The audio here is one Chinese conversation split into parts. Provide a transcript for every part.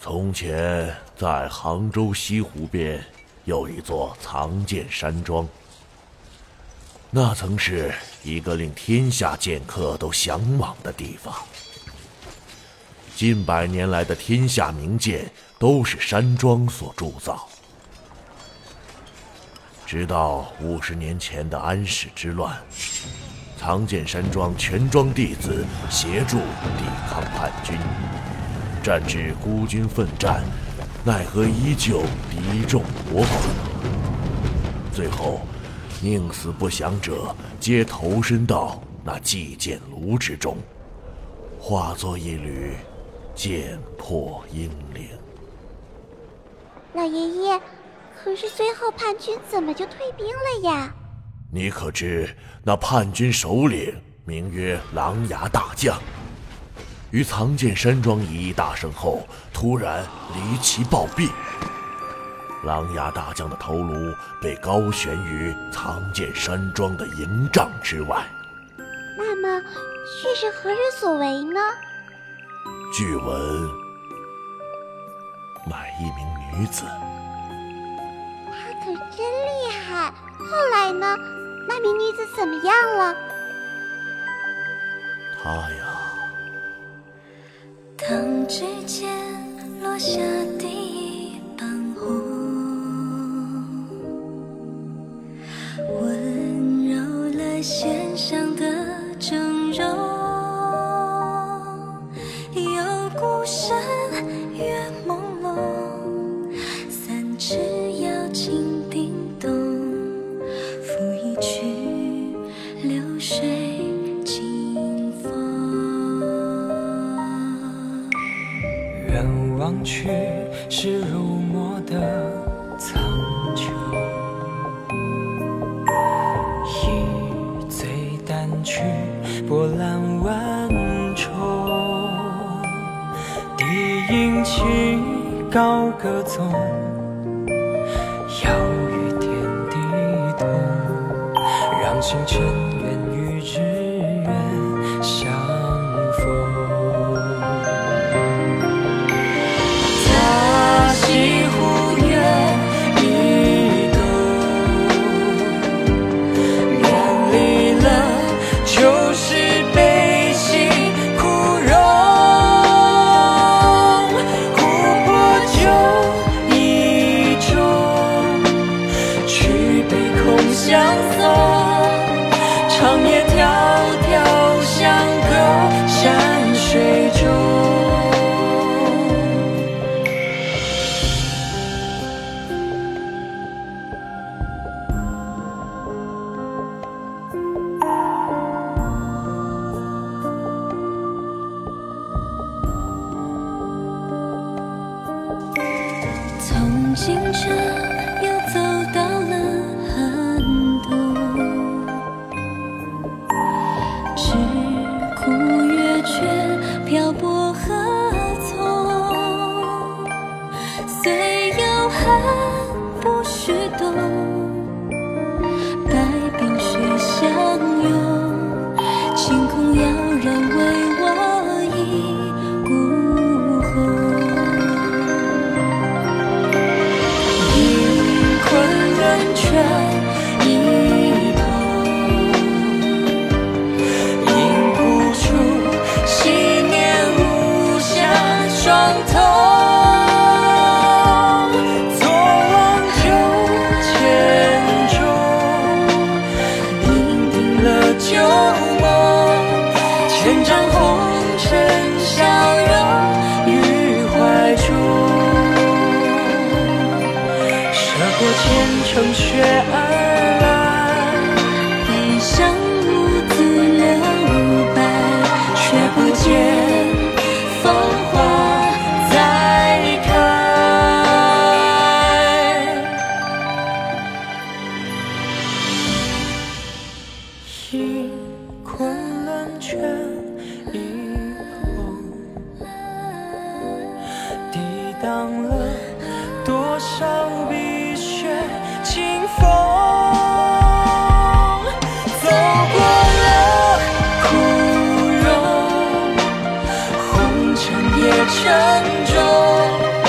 从前，在杭州西湖边有一座藏剑山庄，那曾是一个令天下剑客都向往的地方。近百年来的天下名剑都是山庄所铸造。直到50年前的安史之乱，藏剑山庄全庄弟子协助抵抗叛军，战至孤军奋战，奈何依旧敌众我寡。最后，宁死不降者皆投身到那祭剑炉之中，化作一缕剑破英灵。 老爷爷，可是最后叛军怎么就退兵了呀？ 你可知那叛军首领名曰狼牙大将，于藏剑山庄一役大胜后，突然离奇暴毙。狼牙大将的头颅被高悬于藏剑山庄的营帐之外。 那么却是何人所为呢？ 据闻，乃一名女子。 她可真厉害。后来呢？那名女子怎么样了？ 她呀， 当指尖落下第一瓣红，温柔了线上的整容，有孤身月朦胧，三尺瑶琴叮咚，拂一曲流水清风。 远望去，是入墨的苍穹，一醉丹曲，波澜万重。低吟起，高歌纵，要与天地同，让星辰缘与日月相逢。西湖月一斗，远离了旧时悲喜枯荣，琥珀酒一盅，举杯空相送，长夜迢迢相隔山水中。 从清晨又走到了寒冬，只苦月缺漂泊何从，虽有恨不许动，待冰雪相拥，晴空要人为我一孤鸿。昆仑泉一泓，饮不出昔年无暇双瞳，坐望九千钟，饮尽了旧梦，千丈红尘相拥于怀中。过千程雪而来， 悲伤兀自留白，却不见芳华再开。 一昆仑泉一泓，抵挡了多少碧血清风，走过了枯荣，红尘也沉重。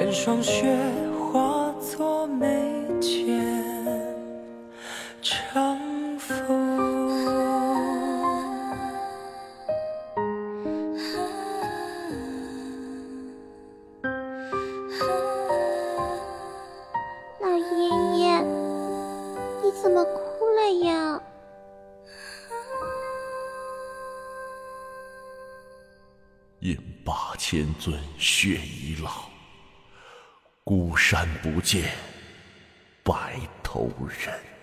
任霜雪化作眉间长风。 老爷爷，你怎么哭了呀？ 饮罢千樽血已老，孤山不见白头人。